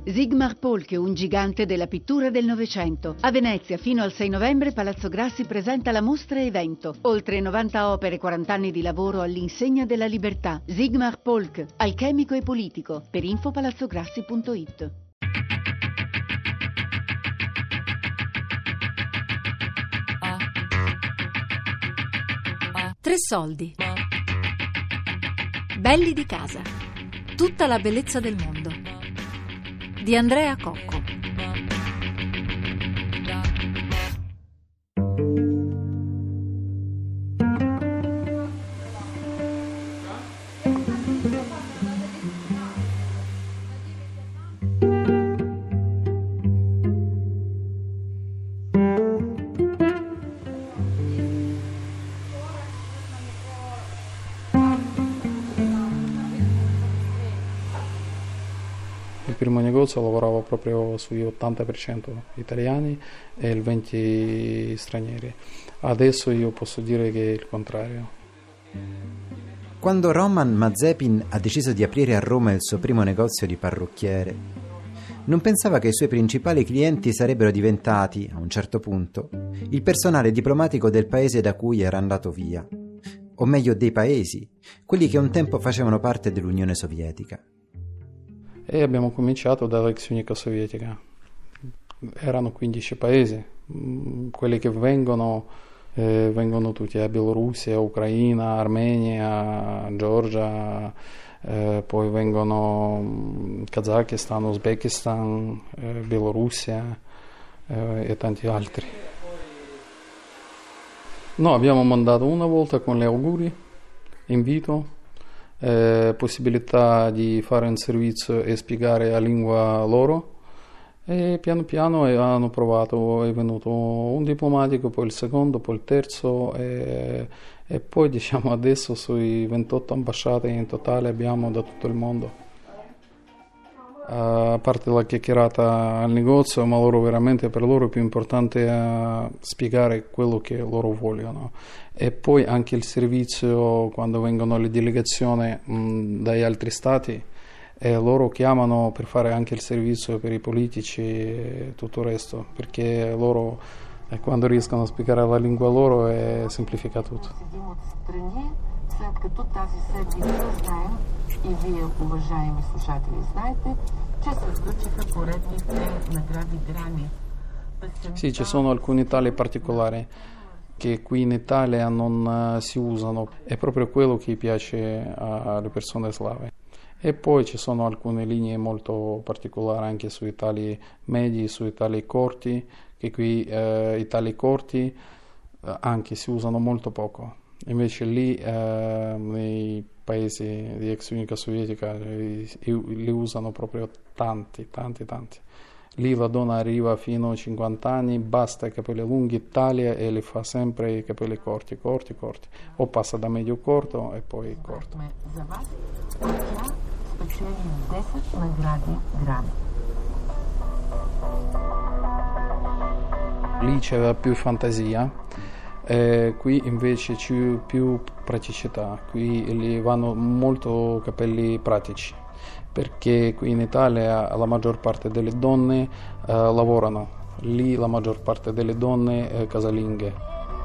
Sigmar Polk, un gigante della pittura del Novecento. A Venezia, fino al 6 novembre, Palazzo Grassi presenta la mostra evento. Oltre 90 opere, 40 anni di lavoro all'insegna della libertà. Sigmar Polk, alchemico e politico. Per info palazzograssi.it. Tre soldi. Belli di casa. Tutta la bellezza del mondo. Di Andrea Cocco. Il primo negozio lavoravo proprio sui 80% italiani e il 20% stranieri. Adesso io posso dire che è il contrario. Quando Roman Mazepin ha deciso di aprire a Roma il suo primo negozio di parrucchiere, non pensava che i suoi principali clienti sarebbero diventati, a un certo punto, il personale diplomatico del paese da cui era andato via, o meglio dei paesi, quelli che un tempo facevano parte dell'Unione Sovietica. E abbiamo cominciato dall'ex Unica Sovietica. Erano 15 paesi, quelli che vengono tutti, a Bielorussia, Ucraina, Armenia, Georgia, poi vengono Kazakistan, Uzbekistan, Bielorussia e tanti altri. No, abbiamo mandato una volta con gli auguri, invito, possibilità di fare un servizio e spiegare la lingua loro, e piano piano hanno provato. È venuto un diplomatico, poi il secondo, poi il terzo e poi diciamo adesso sui 28 ambasciate in totale abbiamo da tutto il mondo. A parte la chiacchierata al negozio, ma per loro è più importante spiegare quello che loro vogliono, e poi anche il servizio quando vengono le delegazioni dagli altri stati, loro chiamano per fare anche il servizio per i politici e tutto il resto, perché loro quando riescono a spiegare la lingua loro semplifica tutto. След като тази седмица знаем и вие, уважаеми слушатели, знаете, че се включиха поредните награди Грами. Sì, ci sono alcuni tagli particolari che qui in Italia non si usano, è proprio quello che piace alle persone slave. E poi ci sono alcune linee molto particolari anche sui tagli medi, sui tagli corti, che qui i tagli corti anche si usano molto poco. Invece lì nei paesi di ex Unica Sovietica li usano proprio tanti. Lì la donna arriva fino a 50 anni, basta i capelli lunghi, taglia e li fa sempre i capelli corti, o passa da medio corto e poi corto. Lì c'era più fantasia. Qui invece c'è più praticità, qui li vanno molto capelli pratici, perché qui in Italia la maggior parte delle donne lavorano, lì la maggior parte delle donne casalinghe.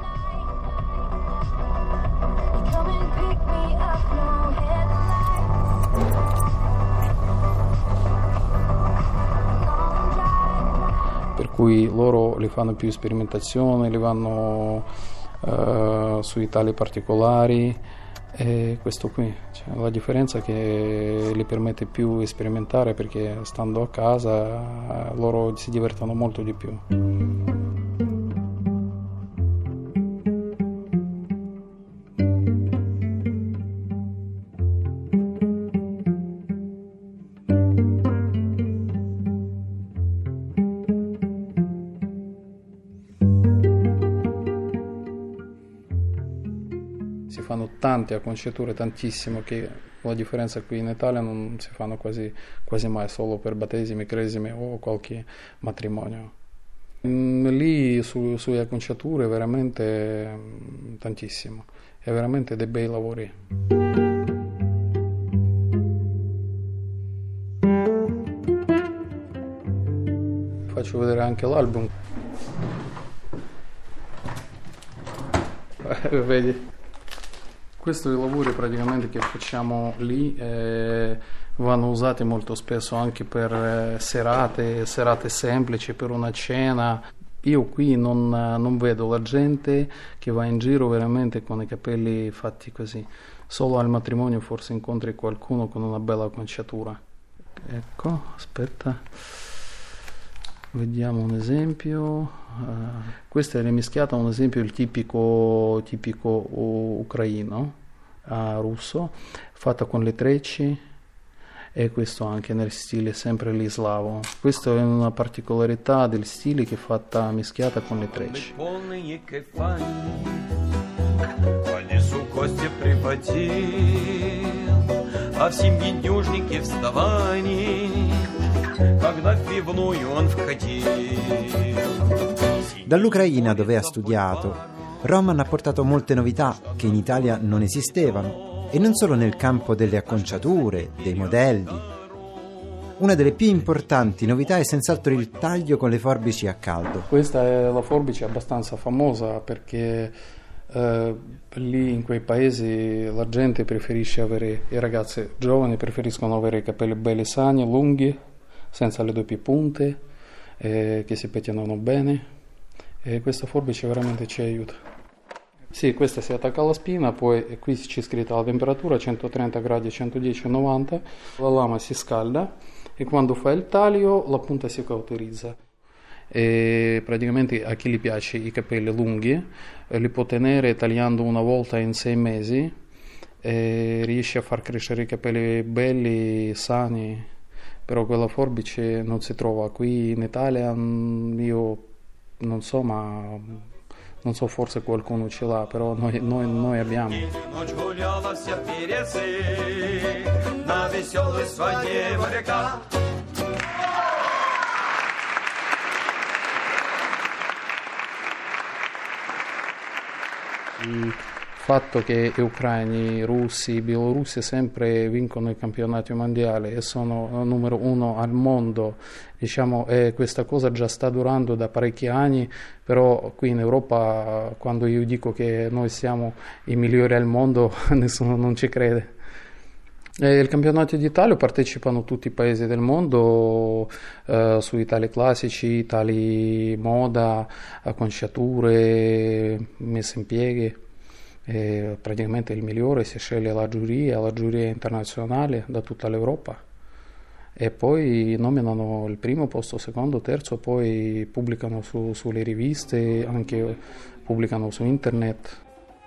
Per cui loro li fanno più sperimentazione, li vanno sui tagli particolari, e questo qui, cioè, la differenza è che li permette più sperimentare, perché stando a casa loro si divertono molto di più. Si fanno tante acconciature, tantissimo, che la differenza qui in Italia non si fanno quasi mai, solo per battesimi, cresimi o qualche matrimonio. Lì sulle acconciature veramente tantissimo, è veramente dei bei lavori. faccio vedere anche l'album. Vedi? Questi lavori praticamente che facciamo lì vanno usati molto spesso anche per serate semplici, per una cena. Io qui non vedo la gente che va in giro veramente con i capelli fatti così. Solo al matrimonio forse incontri qualcuno con una bella acconciatura. Ecco, aspetta. Vediamo un esempio. Questa è rimischiata, un esempio, il tipico ucraino, russo, fatta con le trecce, e questo anche nel stile sempre lì slavo. Questa è una particolarità del stile che è fatta mischiata con le trecce. А в семье днюжники вставание, когда в пивную он входил. Dall'Ucraina, dove ha studiato, Roman ha portato molte novità che in Italia non esistevano, e non solo nel campo delle acconciature, dei modelli. Una delle più importanti novità è senz'altro il taglio con le forbici a caldo. Questa è la forbice abbastanza famosa perché lì in quei paesi la gente preferisce avere, i ragazzi giovani preferiscono avere i capelli belli sani, lunghi, senza le doppie punte, che si pettinano bene, e questa forbice veramente ci aiuta. Sì, questa si attacca alla spina, poi qui c'è scritta la temperatura 130 gradi, 110, 90, la lama si scalda e quando fa il taglio la punta si cauterizza. E praticamente a chi gli piace i capelli lunghi li può tenere tagliando una volta in 6 mesi e riesce a far crescere i capelli belli, sani, però quella forbice non si trova qui in Italia. Io non so, ma non so, forse qualcuno ce l'ha, però noi abbiamo. Il fatto che gli ucraini, russi, bielorussi sempre vincono i campionati mondiali e sono numero 1 al mondo, diciamo, e questa cosa già sta durando da parecchi anni, però qui in Europa, quando io dico che noi siamo i migliori al mondo, nessuno non ci crede. E il campionato d'Italia partecipano tutti i paesi del mondo sui tagli classici, tagli moda, acconciature, messe in pieghe. E praticamente il migliore si sceglie la giuria internazionale da tutta l'Europa e poi nominano il primo posto, secondo, terzo, poi pubblicano sulle riviste, anche pubblicano su internet.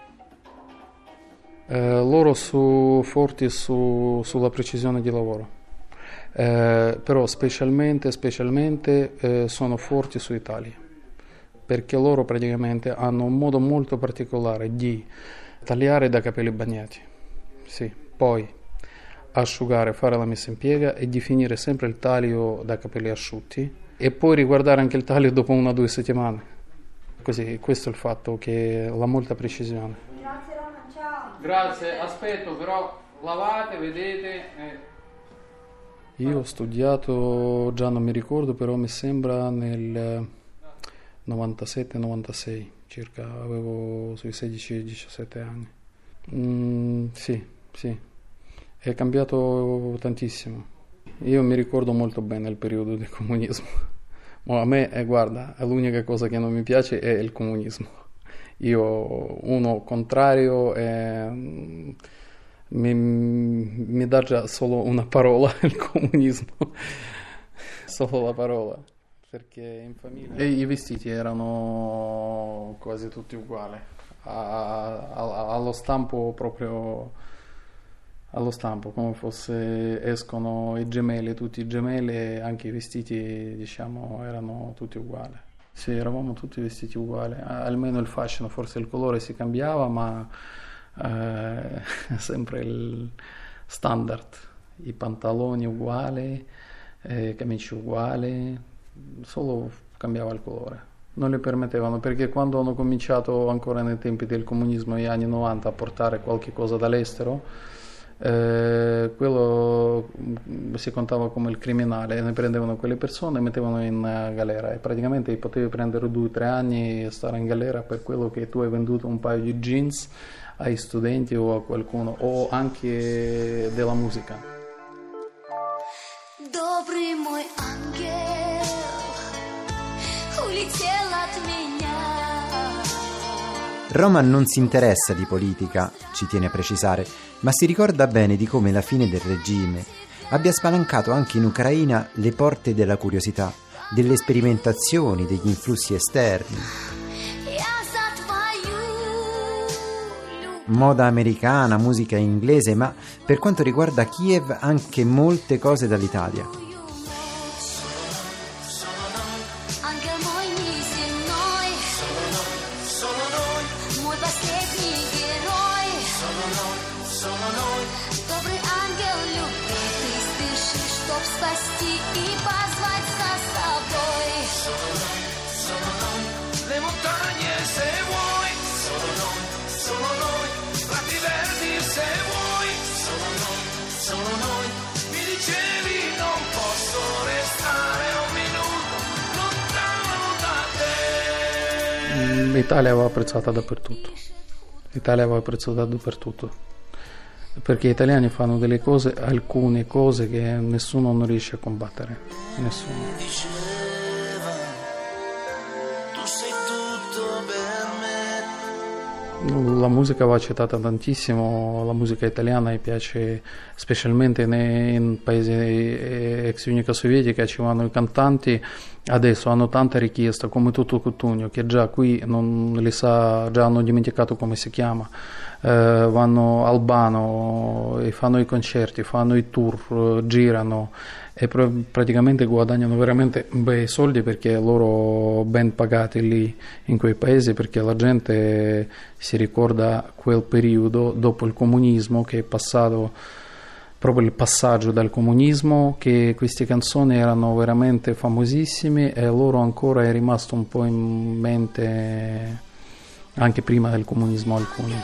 Loro forti sulla precisione di lavoro, però specialmente sono forti sui tagli, perché loro praticamente hanno un modo molto particolare di tagliare da capelli bagnati, sì, poi asciugare, fare la messa in piega e di finire sempre il taglio da capelli asciutti e poi riguardare anche il taglio dopo 1 o 2 settimane. Così, questo è il fatto, che ha molta precisione. Grazie, aspetto, però lavate, vedete. Io ho studiato, già non mi ricordo, però mi sembra nel 97-96 circa, avevo sui 16-17 anni. Sì, è cambiato tantissimo. Io mi ricordo molto bene il periodo del comunismo. Ma a me, guarda, l'unica cosa che non mi piace è il comunismo. Io, uno contrario, mi dà già solo una parola, il comunismo, solo la parola, perché in famiglia i vestiti erano quasi tutti uguali, allo stampo proprio, allo stampo, come fosse, escono i gemelli, tutti i gemelli, anche i vestiti, diciamo, erano tutti uguali. Sì, eravamo tutti vestiti uguali, almeno il fascino, forse il colore si cambiava, ma sempre il standard, i pantaloni uguali, camicie uguali, solo cambiava il colore. Non li permettevano, perché quando hanno cominciato ancora nei tempi del comunismo, negli anni 90, a portare qualche cosa dall'estero, quello si contava come il criminale, ne prendevano quelle persone e mettevano in galera, e praticamente potevi prendere 2-3 anni e stare in galera per quello che tu hai venduto un paio di jeans ai studenti o a qualcuno, o anche della musica. Добрый мой ангел улетел от меня. Roman non si interessa di politica, ci tiene a precisare, ma si ricorda bene di come la fine del regime abbia spalancato anche in Ucraina le porte della curiosità, delle sperimentazioni, degli influssi esterni. Moda americana, musica inglese, ma per quanto riguarda Kiev anche molte cose dall'Italia. Le montagne se vuoi, solo noi, prati verdi se vuoi, solo noi, mi dicevi non posso restare un minuto lontano da te. L'Italia va apprezzata dappertutto, l'Italia va apprezzata dappertutto, perché gli italiani fanno delle cose, alcune cose che nessuno non riesce a combattere, nessuno. La musica va accettata tantissimo, la musica italiana mi piace, specialmente in paesi ex Unica Sovietica ci vanno i cantanti, adesso hanno tanta richiesta come Tutto Cutugno, che già qui non li sa, già hanno dimenticato come si chiama, vanno Albano e fanno i concerti, fanno i tour, girano e praticamente guadagnano veramente bei soldi, perché loro ben pagati lì in quei paesi, perché la gente si ricorda quel periodo dopo il comunismo, che è passato proprio il passaggio dal comunismo, che queste canzoni erano veramente famosissime e loro ancora è rimasto un po' in mente anche prima del comunismo alcuni.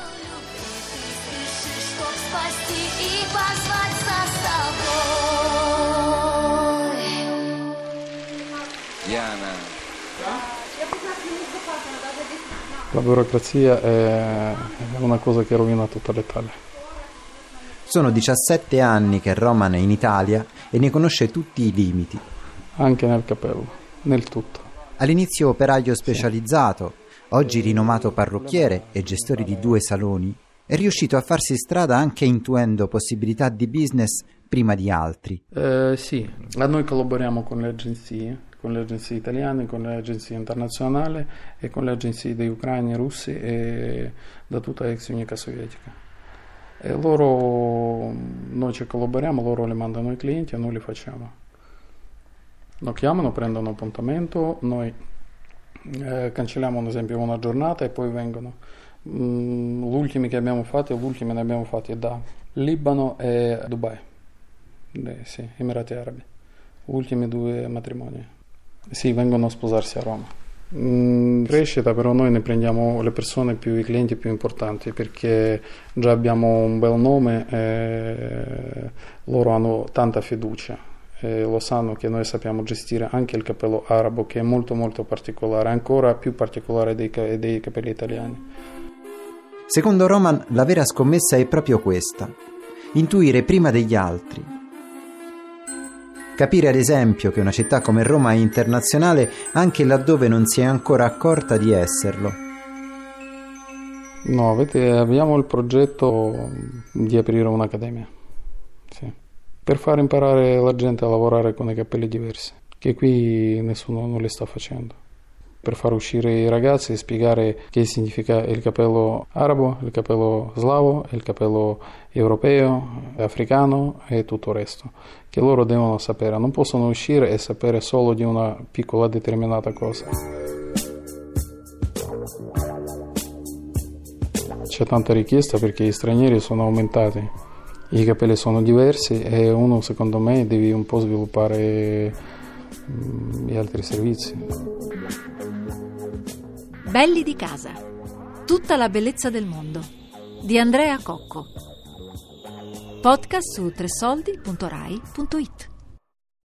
La burocrazia è una cosa che rovina tutta l'Italia. Sono 17 anni che Roman è in Italia e ne conosce tutti i limiti. Anche nel capello, nel tutto. All'inizio operaio specializzato, oggi rinomato parrucchiere e gestore di 2 saloni, è riuscito a farsi strada anche intuendo possibilità di business prima di altri. Sì, noi collaboriamo con le agenzie italiane, con le agenzie internazionali e con le agenzie degli ucraini, russi e da tutta ex Unica Sovietica. E noi ci collaboriamo, loro le mandano ai clienti e noi li facciamo. Lo chiamano, prendono appuntamento, noi cancelliamo ad esempio una giornata e poi vengono. L'ultimo ne abbiamo fatti da Libano e Dubai, sì, Emirati Arabi, ultimi 2 matrimoni. Sì, vengono a sposarsi a Roma. Crescita, però noi ne prendiamo le persone i clienti più importanti, perché già abbiamo un bel nome e loro hanno tanta fiducia e lo sanno che noi sappiamo gestire anche il capello arabo, che è molto molto particolare, ancora più particolare dei capelli italiani. Secondo Roman la vera scommessa è proprio questa: intuire prima degli altri. Capire ad esempio che una città come Roma è internazionale anche laddove non si è ancora accorta di esserlo. No, abbiamo il progetto di aprire un'accademia, sì, per far imparare la gente a lavorare con i capelli diversi, che qui nessuno non li sta facendo. Per far uscire i ragazzi e spiegare che significa il capello arabo, il capello slavo, il capello europeo, africano e tutto il resto, che loro devono sapere, non possono uscire e sapere solo di una piccola determinata cosa. C'è tanta richiesta perché gli stranieri sono aumentati, i capelli sono diversi e uno, secondo me, deve un po' sviluppare gli altri servizi. Belli di casa. Tutta la bellezza del mondo. Di Andrea Cocco. Podcast su tresoldi.rai.it.